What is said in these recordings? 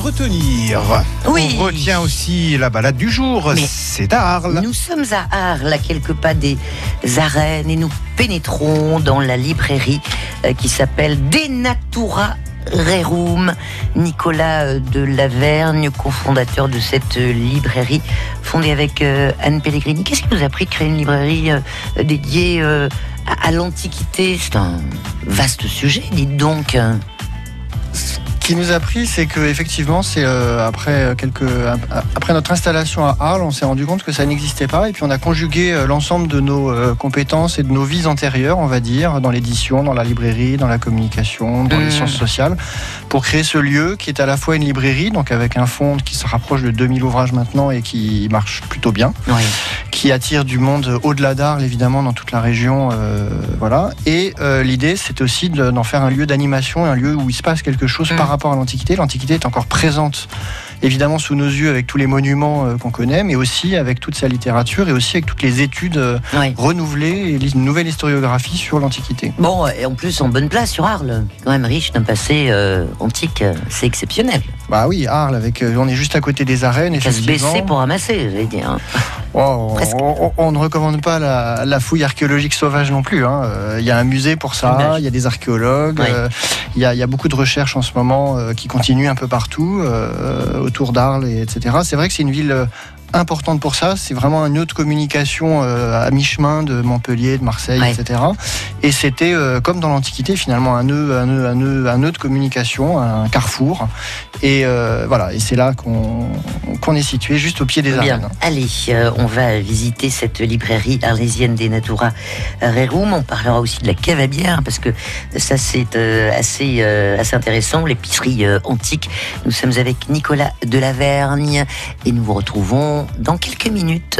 retenir. Oui. On retient aussi la balade du jour, Mais c'est à Arles. Nous sommes à Arles, à quelques pas des arènes, et nous pénétrons dans la librairie qui s'appelle Denatura Rerum. Nicolas de Lavergne, cofondateur de cette librairie, fondée avec Anne Pellegrini. Qu'est-ce qui vous a pris de créer une librairie dédiée à l'Antiquité? C'est un vaste sujet, dites donc. Ce qui nous a pris, c'est que effectivement, c'est après notre installation à Arles, on s'est rendu compte que ça n'existait pas, et puis on a conjugué l'ensemble de nos compétences et de nos vies antérieures, on va dire, dans l'édition, dans la librairie, dans la communication, dans les sciences sociales, pour créer ce lieu qui est à la fois une librairie, donc avec un fonds qui se rapproche de 2000 ouvrages maintenant et qui marche plutôt bien, Oui. qui attire du monde au-delà d'Arles, évidemment, dans toute la région, voilà. Et l'idée, c'est aussi d'en faire un lieu d'animation, un lieu où il se passe quelque chose par rapport à l'Antiquité. L'Antiquité est encore présente, évidemment, sous nos yeux avec tous les monuments qu'on connaît, mais aussi avec toute sa littérature et aussi avec toutes les études renouvelées et une nouvelle historiographie sur l'Antiquité. Bon, et en plus, en bonne place sur Arles, quand même riche d'un passé antique, c'est exceptionnel. Bah oui, Arles, on est juste à côté des arènes. Ça se baisser pour ramasser, j'allais dire. On ne recommande pas la fouille archéologique sauvage non plus. Il y a un musée pour ça, il y a des archéologues, il y a beaucoup de recherches en ce moment qui continuent un peu partout, autour d'Arles, etc. C'est vrai que c'est une ville importante pour ça, c'est vraiment un nœud de communication à mi-chemin de Montpellier, de Marseille, etc. Et c'était comme dans l'Antiquité finalement un nœud de communication, un carrefour. Et voilà, et c'est là qu'on est situé, juste au pied des arènes. Allez, on va visiter cette librairie arlésienne Denatura Rerum. On parlera aussi de la cave à bière, parce que ça c'est assez intéressant, l'épicerie antique. Nous sommes avec Nicolas de Lavergne et nous vous retrouvons dans quelques minutes.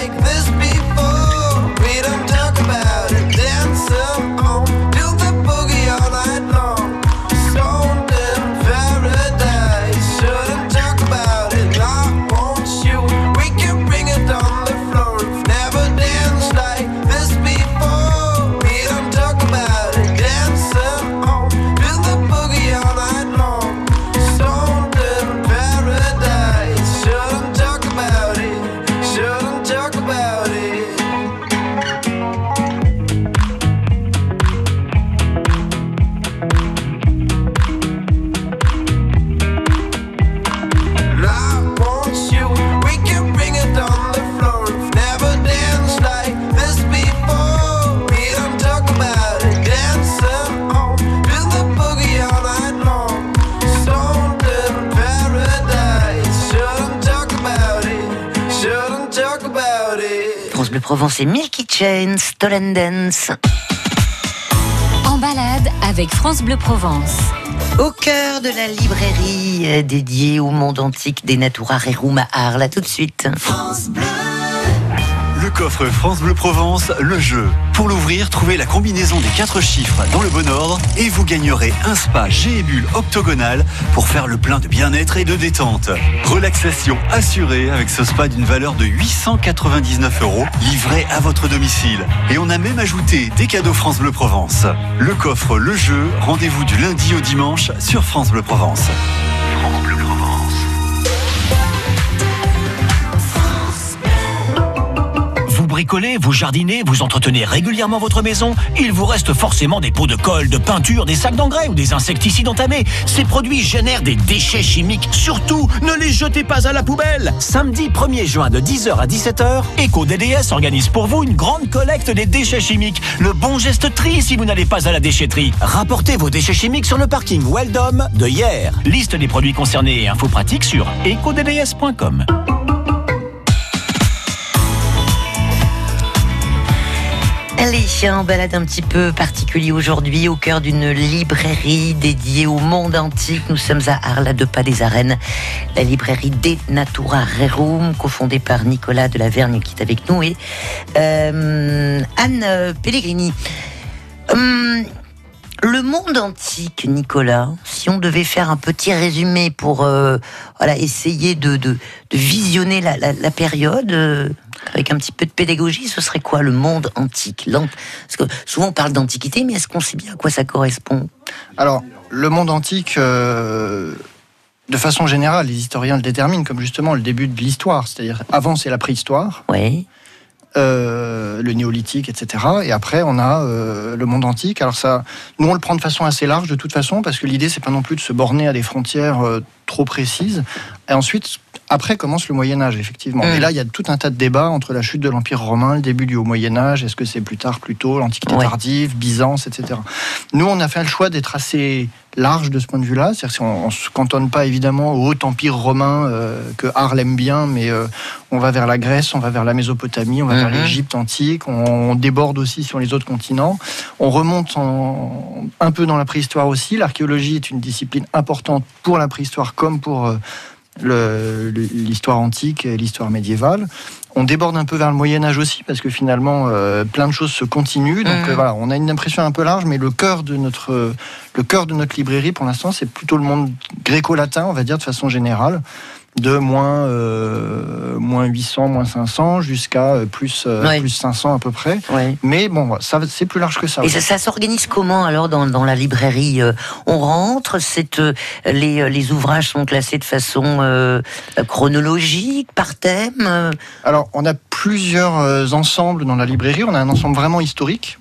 Boogie Provence et Milky Chance, Stolen Dance. En balade avec France Bleu Provence. Au cœur de la librairie dédiée au monde antique des Natura Rerum à Arles. Tout de suite. France Bleu. Le coffre France Bleu Provence, le jeu. Pour l'ouvrir, trouvez la combinaison des 4 chiffres dans le bon ordre et vous gagnerez un spa jet et bulle octogonal pour faire le plein de bien-être et de détente. Relaxation assurée avec ce spa d'une valeur de 899 € livré à votre domicile. Et on a même ajouté des cadeaux France Bleu Provence. Le coffre, le jeu, rendez-vous du lundi au dimanche sur France Bleu Provence. France Bleu Provence. Vous bricolez, vous jardinez, vous entretenez régulièrement votre maison, il vous reste forcément des pots de colle, de peinture, des sacs d'engrais ou des insecticides entamés. Ces produits génèrent des déchets chimiques. Surtout, ne les jetez pas à la poubelle. Samedi 1er juin de 10h à 17h, EcoDDS organise pour vous une grande collecte des déchets chimiques. Le bon geste tri si vous n'allez pas à la déchetterie. Rapportez vos déchets chimiques sur le parking Weldom de Hyères. Liste des produits concernés et infos pratiques sur ecodds.com. Allez, en balade un petit peu particulier aujourd'hui au cœur d'une librairie dédiée au monde antique. Nous sommes à Arles, à 2 pas des Arènes. La librairie des Natura Rerum, cofondée par Nicolas de la Vergne qui est avec nous et Anne Pellegrini. Le monde antique, Nicolas, si on devait faire un petit résumé pour essayer de visionner la période avec un petit peu de pédagogie, ce serait quoi le monde antique? Parce que souvent on parle d'antiquité, mais est-ce qu'on sait bien à quoi ça correspond? Alors, le monde antique, de façon générale, les historiens le déterminent comme justement le début de l'histoire. C'est-à-dire, avant c'est la préhistoire. Oui. Le néolithique, etc. Et après, on a le monde antique. Alors ça, nous on le prend de façon assez large de toute façon, parce que l'idée c'est pas non plus de se borner à des frontières trop précises. Et ensuite, après commence le Moyen-Âge, effectivement. Et là, il y a tout un tas de débats entre la chute de l'Empire romain, le début du Haut Moyen-Âge, est-ce que c'est plus tard, plus tôt, l'Antiquité tardive, Byzance, etc. Nous, on a fait le choix d'être assez large de ce point de vue-là. C'est-à-dire qu'on ne se cantonne pas évidemment au Haut Empire romain que Arles aime bien, mais on va vers la Grèce, on va vers la Mésopotamie, on va vers l'Égypte antique, on déborde aussi sur les autres continents. On remonte un peu dans la préhistoire aussi. L'archéologie est une discipline importante pour la préhistoire comme pour l'histoire antique et l'histoire médiévale. On déborde un peu vers le Moyen-Âge aussi, parce que finalement, plein de choses se continuent. Donc voilà, on a une impression un peu large, mais le cœur de notre librairie, pour l'instant, c'est plutôt le monde gréco-latin, on va dire, de façon générale, de moins 800, moins 500, jusqu'à plus 500 à peu près. Ouais. Mais bon, ça, c'est plus large que ça. Et ça s'organise comment, alors, dans la librairie? On rentre, les ouvrages sont classés de façon chronologique, par thème? Alors, on a plusieurs ensembles dans la librairie. On a un ensemble vraiment historique,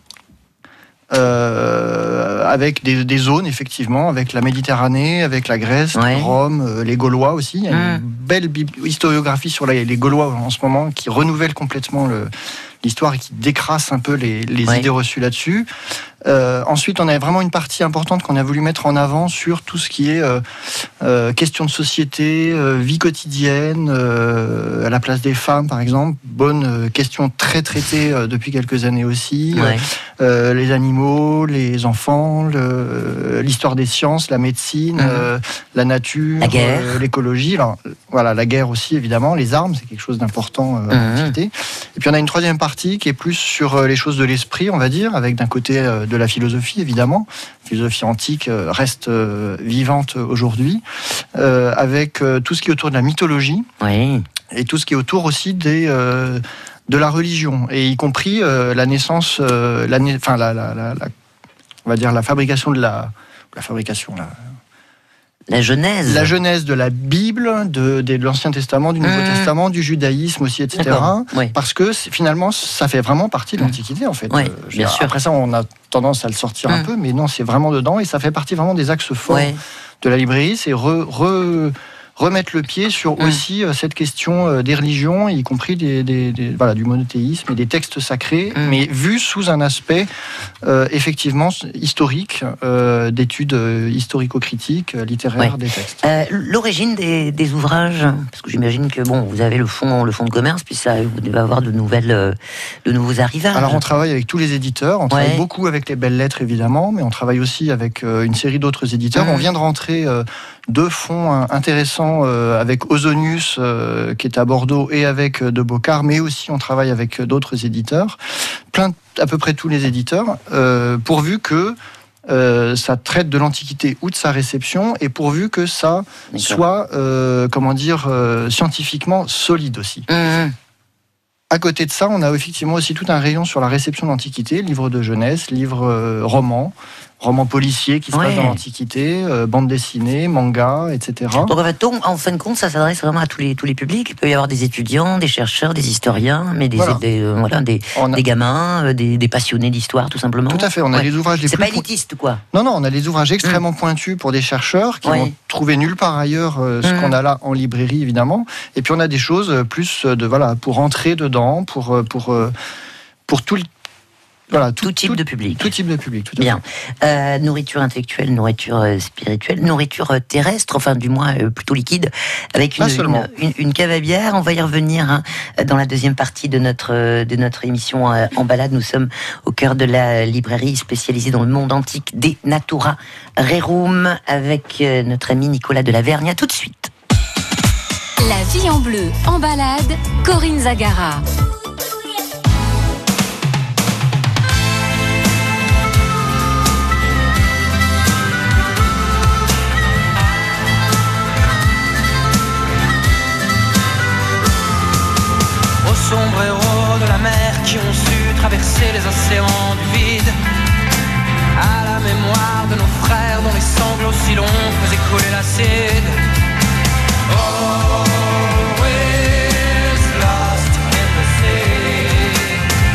avec des zones, effectivement, avec la Méditerranée, avec la Grèce, Rome, les Gaulois aussi. Il y a une belle historiographie sur les Gaulois en ce moment qui renouvelle complètement l'histoire et qui décrasse un peu les idées reçues là-dessus. Ensuite, on a vraiment une partie importante qu'on a voulu mettre en avant sur tout ce qui est questions de société, vie quotidienne, à la place des femmes, par exemple. Bonne question très traitée depuis quelques années aussi. Les animaux, les enfants, l'histoire des sciences, la médecine, la nature, l'écologie. Alors, voilà, la guerre aussi, évidemment. Les armes, c'est quelque chose d'important en antiquité. Et puis, on a une troisième partie qui est plus sur les choses de l'esprit, on va dire, avec d'un côté de la philosophie, évidemment. La philosophie antique reste vivante aujourd'hui, avec tout ce qui est autour de la mythologie, et tout ce qui est autour aussi de la religion, et y compris la naissance, on va dire la fabrication de la genèse. La genèse de la Bible, de l'Ancien Testament, du Nouveau Testament, du judaïsme aussi, etc. Parce que finalement, ça fait vraiment partie de l'Antiquité, en fait. Bien sûr. Après ça, on a tendance à le sortir un peu, mais non, c'est vraiment dedans, et ça fait partie vraiment des axes forts de la librairie. C'est remettre le pied sur aussi cette question des religions, y compris du monothéisme et des textes sacrés, mais vu sous un aspect effectivement historique, d'études historico-critiques, littéraires des textes. L'origine des ouvrages, parce que j'imagine que vous avez le fonds de commerce, puis ça, vous devez avoir de nouveaux arrivages. Alors on travaille avec tous les éditeurs, on travaille beaucoup avec les Belles Lettres évidemment, mais on travaille aussi avec une série d'autres éditeurs. On vient de rentrer 2 fonds intéressants avec Ozonius qui est à Bordeaux et avec De Bocard, mais aussi on travaille avec d'autres éditeurs, à peu près tous les éditeurs, pourvu que ça traite de l'Antiquité ou de sa réception, et pourvu que ça soit scientifiquement solide aussi. À côté de ça, on a effectivement aussi tout un rayon sur la réception de l'Antiquité, livres de jeunesse, livres romans policiers qui se passent dans l'Antiquité, bande dessinée, manga, etc. Donc en fin de compte, ça s'adresse vraiment à tous les publics. Il peut y avoir des étudiants, des chercheurs, des historiens, mais des gamins, des passionnés d'histoire, tout simplement. Tout à fait, on a les ouvrages les plus... C'est pas élitiste, quoi. Non, on a les ouvrages extrêmement pointus pour des chercheurs qui vont trouver nulle part ailleurs ce qu'on a là en librairie, évidemment. Et puis on a des choses plus pour entrer dedans, pour tout type de public. Tout type de public, tout à fait. Bien. Nourriture intellectuelle, nourriture spirituelle, nourriture terrestre, enfin du moins plutôt liquide, avec une cave à bière. On va y revenir dans la deuxième partie de notre émission En balade. Nous sommes au cœur de la librairie spécialisée dans le monde antique des Natura Rerum avec notre ami Nicolas de Lavergne. À tout de suite. La vie en bleu, en balade, Corinne Zagara. Sombres héros de la mer qui ont su traverser les océans du vide, à la mémoire de nos frères dont les sanglots si longs faisaient couler l'acide. Always lost in the sea.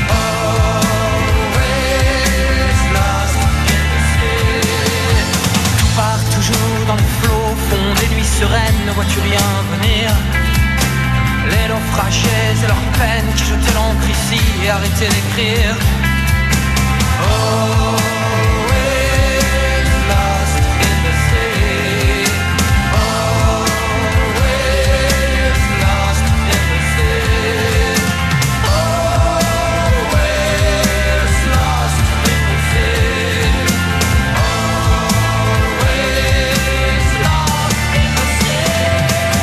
Always lost in the sea. Tout part toujours dans les flots, fond des nuits sereines, ne vois-tu rien venir? Les naufragés et leurs peines qui jetaient l'encre ici et arrêtaient d'écrire. Always lost in the sea. Always lost in the sea. Always lost in the sea. Always lost in the sea.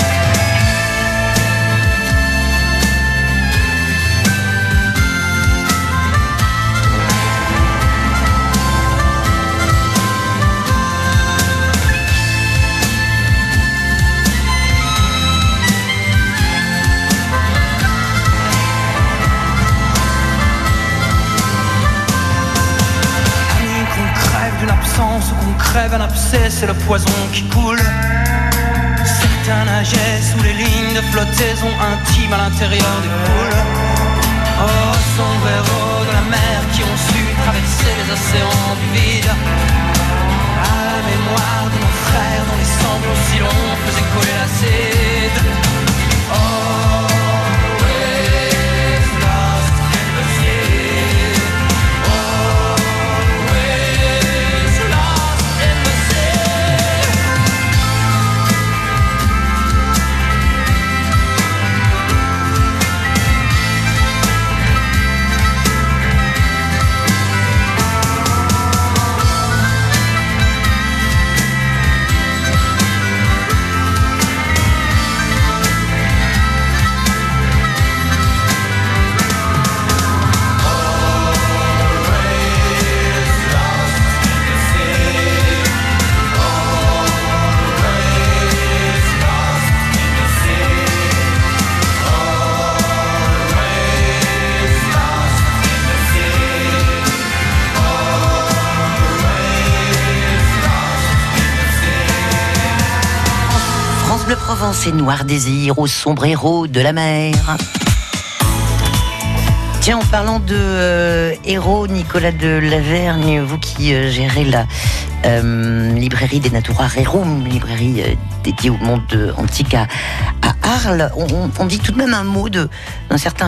Qu'on crève un abcès, c'est le poison qui coule. Certains nageaient sous les lignes de flottaison intime à l'intérieur des poules. Oh, sombres héros de la mer qui ont su traverser les océans du vide, à la mémoire de nos frères dont les sanglots si longs faisaient couler l'acide. Always lost in the sea. Always lost in the sea. France Bleu Provence et Noir Désir aux sombres héros de la mer. Tiens, en parlant de héros, Nicolas de Lavergne, vous qui gérez librairie des Natura Rerum, librairie dédiée au monde antique à Arles. On dit tout de même un mot d'un certain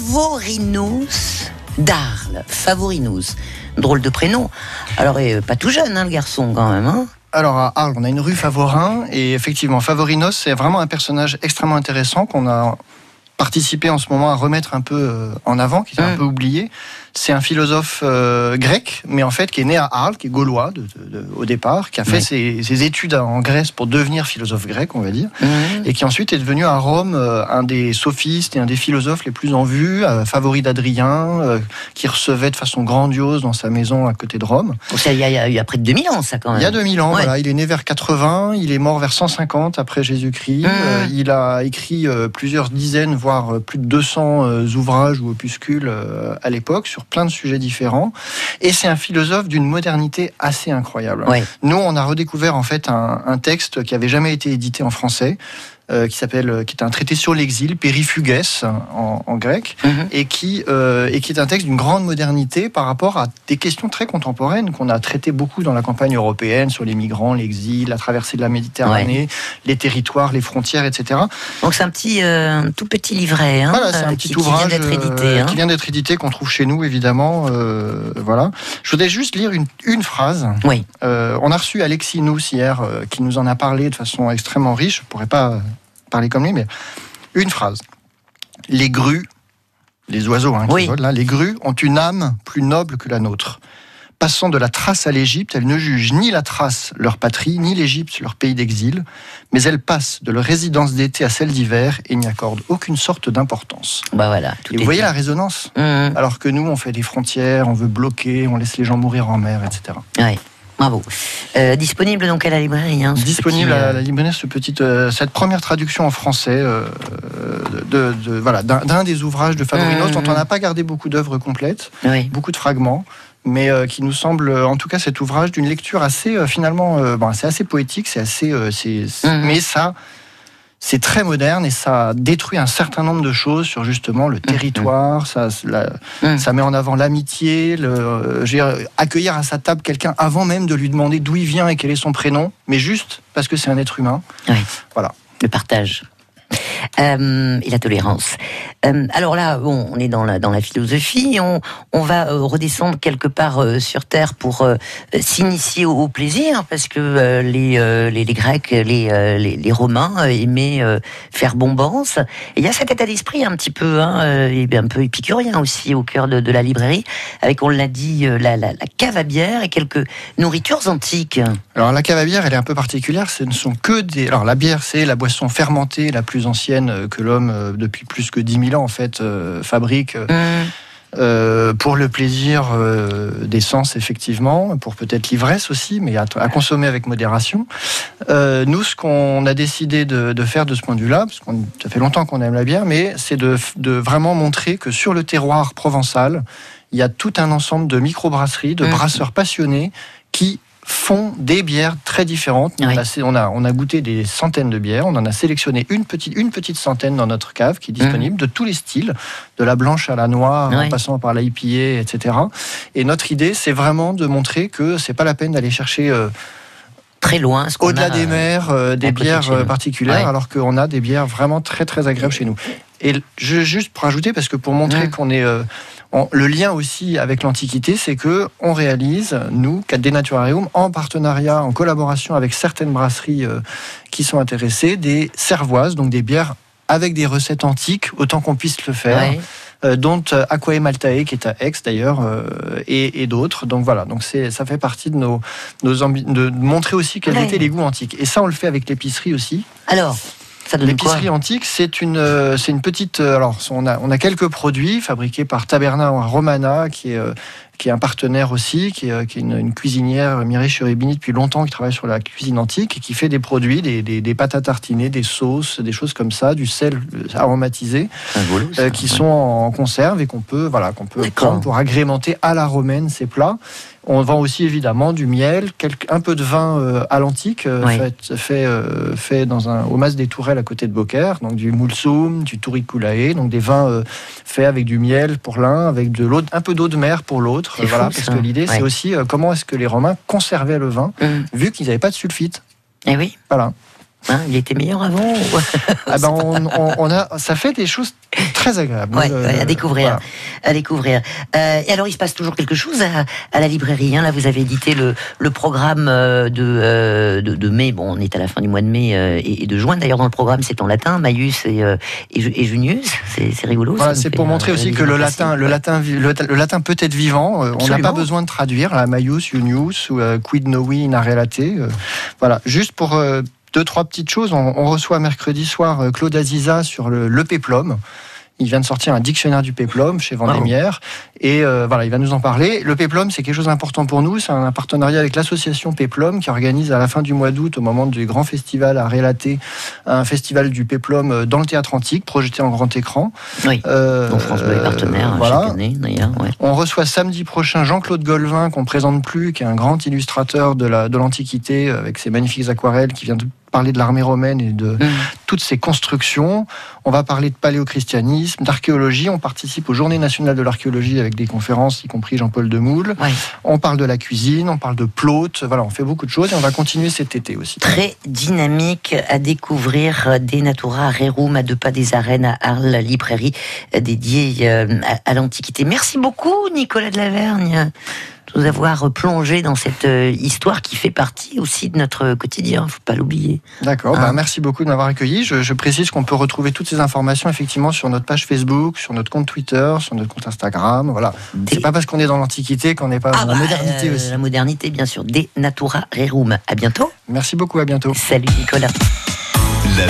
Favorinus d'Arles. Favorinus, drôle de prénom. Alors, pas tout jeune, le garçon, quand même. Hein. Alors à Arles, on a une rue Favorin, et effectivement, Favorinos, c'est vraiment un personnage extrêmement intéressant qu'on a participé en ce moment à remettre un peu en avant, qui était un peu oublié. C'est un philosophe grec, mais en fait qui est né à Arles, qui est gaulois au départ, qui a fait ses études en Grèce pour devenir philosophe grec, on va dire, et qui ensuite est devenu à Rome un des sophistes et un des philosophes les plus en vue, favori d'Adrien, qui recevait de façon grandiose dans sa maison à côté de Rome. Donc ça, il y a près de 2000 ans, ça, quand même. Il y a 2000 ans, voilà. Il est né vers 80, il est mort vers 150 après Jésus-Christ. Il a écrit plusieurs dizaines, voire plus de 200 ouvrages ou opuscules à l'époque, sur plein de sujets différents, et c'est un philosophe d'une modernité assez incroyable. Ouais. Nous, on a redécouvert en fait un texte qui avait jamais été édité en français, qui est un traité sur l'exil, Périfuges en grec, et qui est un texte d'une grande modernité par rapport à des questions très contemporaines qu'on a traitées beaucoup dans la campagne européenne sur les migrants, l'exil, la traversée de la Méditerranée, les territoires, les frontières, etc. Donc c'est un tout petit livret, hein, voilà, c'est un petit ouvrage qui vient d'être édité, qui vient d'être édité, qu'on trouve chez nous évidemment. Voilà. Je voudrais juste lire une phrase. Oui. On a reçu Alexis Nous hier, qui nous en a parlé de façon extrêmement riche. Je ne pourrais pas parler comme lui, mais une phrase. Les grues, les oiseaux qui volent là, les grues ont une âme plus noble que la nôtre. Passant de la Thrace à l'Égypte, elles ne jugent ni la Thrace leur patrie, ni l'Égypte leur pays d'exil, mais elles passent de leur résidence d'été à celle d'hiver et n'y accordent aucune sorte d'importance. Bah voilà. Et vous voyez la résonance, alors que nous, on fait des frontières, on veut bloquer, on laisse les gens mourir en mer, etc. Oui. Bravo. Disponible donc à la librairie. Disponible à la librairie, cette première traduction en français d'un des ouvrages de Favorinos, dont on n'a pas gardé beaucoup d'œuvres complètes, beaucoup de fragments, mais qui nous semble, en tout cas, cet ouvrage d'une lecture assez, c'est assez poétique, mais ça... C'est très moderne et ça détruit un certain nombre de choses sur justement le territoire. Ça met en avant l'amitié, accueillir à sa table quelqu'un avant même de lui demander d'où il vient et quel est son prénom, mais juste parce que c'est un être humain. Oui. Voilà. Le partage. Et la tolérance. Alors là, on est dans la philosophie. On va redescendre quelque part sur Terre pour s'initier au plaisir, parce que les Grecs, les Romains aimaient faire bombance. Et il y a cet état d'esprit un petit peu, un peu épicurien aussi au cœur de la librairie, avec, on l'a dit, la cave à bière et quelques nourritures antiques. Alors la cave à bière, elle est un peu particulière. Ce ne sont que des. Alors la bière, c'est la boisson fermentée la plus ancienne que l'homme, depuis plus que 10 000 ans, en fait, fabrique pour le plaisir des sens, effectivement, pour peut-être l'ivresse aussi, mais à consommer avec modération. Nous, ce qu'on a décidé de faire de ce point de vue-là, parce que ça fait longtemps qu'on aime la bière, mais c'est de vraiment montrer que sur le terroir provençal, il y a tout un ensemble de microbrasseries, de brasseurs passionnés qui font des bières très différentes. On a goûté des centaines de bières, on en a sélectionné une petite centaine dans notre cave qui est disponible, de tous les styles, de la blanche à la noire, en passant par l'IPA, etc. Et notre idée, c'est vraiment de montrer que c'est pas la peine d'aller chercher très loin, au-delà des mers, des bières particulières, alors qu'on a des bières vraiment très très agréables chez nous. Et juste pour ajouter, parce que pour montrer qu'on est le lien aussi avec l'Antiquité, c'est que on réalise, nous, Dénaturarium, en partenariat, en collaboration avec certaines brasseries qui sont intéressées, des cervoises, donc des bières avec des recettes antiques, autant qu'on puisse le faire, dont Aquae Maltae, qui est à Aix d'ailleurs, et d'autres. Donc voilà, donc ça fait partie de de montrer aussi quels étaient les goûts antiques. Et ça, on le fait avec l'épicerie aussi. Alors, l'épicerie antique, c'est une petite. Alors, on a quelques produits fabriqués par Taberna Romana, qui est un partenaire aussi, qui est une cuisinière, Mireille Cherubini, depuis longtemps, qui travaille sur la cuisine antique et qui fait des produits, des pâtes à tartiner, des sauces, des choses comme ça, du sel aromatisé, qui sont en conserve et qu'on peut prendre pour agrémenter à la romaine ces plats. On vend aussi évidemment du miel, un peu de vin à l'antique, fait au Mas des Tourelles à côté de Beaucaire, donc du Mulsum, du Turriculae, donc des vins faits avec du miel pour l'un, avec un peu d'eau de mer pour l'autre. autres. C'est Voilà, fou, parce ça. que l'idée, c'est Ouais. aussi comment est-ce que les Romains conservaient le vin, vu qu'ils n'avaient pas de sulfite. Eh oui. Voilà. Hein, il était meilleur avant ou... Ah ben ça fait des choses très agréables. Ouais, à découvrir. Voilà. À découvrir. Et alors, il se passe toujours quelque chose à la librairie. Hein. Là, vous avez édité le programme de mai. Bon, on est à la fin du mois de mai et de juin. D'ailleurs, dans le programme, c'est en latin, Maius et Junius. C'est rigolo. Voilà, ça c'est nous pour fait, montrer aussi que réviser le latin peut être vivant. On n'a Absolument. pas besoin de traduire la Maius, Junius ou Quid novi in relate. Voilà, juste pour 2-3 petites choses. On reçoit mercredi soir Claude Aziza sur le péplum. Il vient de sortir un dictionnaire du péplum chez Vendémiaire. Et voilà, il va nous en parler. Le péplum, c'est quelque chose d'important pour nous. C'est un partenariat avec l'association Péplum qui organise à la fin du mois d'août, au moment du grand festival à Relater, un festival du péplum dans le théâtre antique, projeté en grand écran. Oui, dont France Bleu est partenaire voilà. chaque année, d'ailleurs. Ouais. On reçoit samedi prochain Jean-Claude Golvin, qu'on ne présente plus, qui est un grand illustrateur de l'Antiquité, avec ses magnifiques aquarelles, qui vient de parler de l'armée romaine et de toutes ses constructions. On va parler de paléochristianisme, d'archéologie. On participe aux Journées nationales de l'archéologie avec des conférences, y compris Jean-Paul Demoule. Ouais. On parle de la cuisine, on parle de plaute. Voilà, on fait beaucoup de choses et on va continuer cet été aussi. Très dynamique à découvrir des Natura Rerum à 2 pas des arènes à Arles, librairie dédiée à l'Antiquité. Merci beaucoup, Nicolas de Lavergne, de nous avoir plongé dans cette histoire qui fait partie aussi de notre quotidien, il ne faut pas l'oublier. D'accord, merci beaucoup de m'avoir accueilli. Je précise qu'on peut retrouver toutes ces informations effectivement sur notre page Facebook, sur notre compte Twitter, sur notre compte Instagram. Voilà. C'est pas parce qu'on est dans l'Antiquité qu'on n'est pas dans la modernité aussi. La modernité, bien sûr, des Natura Rerum. À bientôt. Merci beaucoup, à bientôt. Salut Nicolas.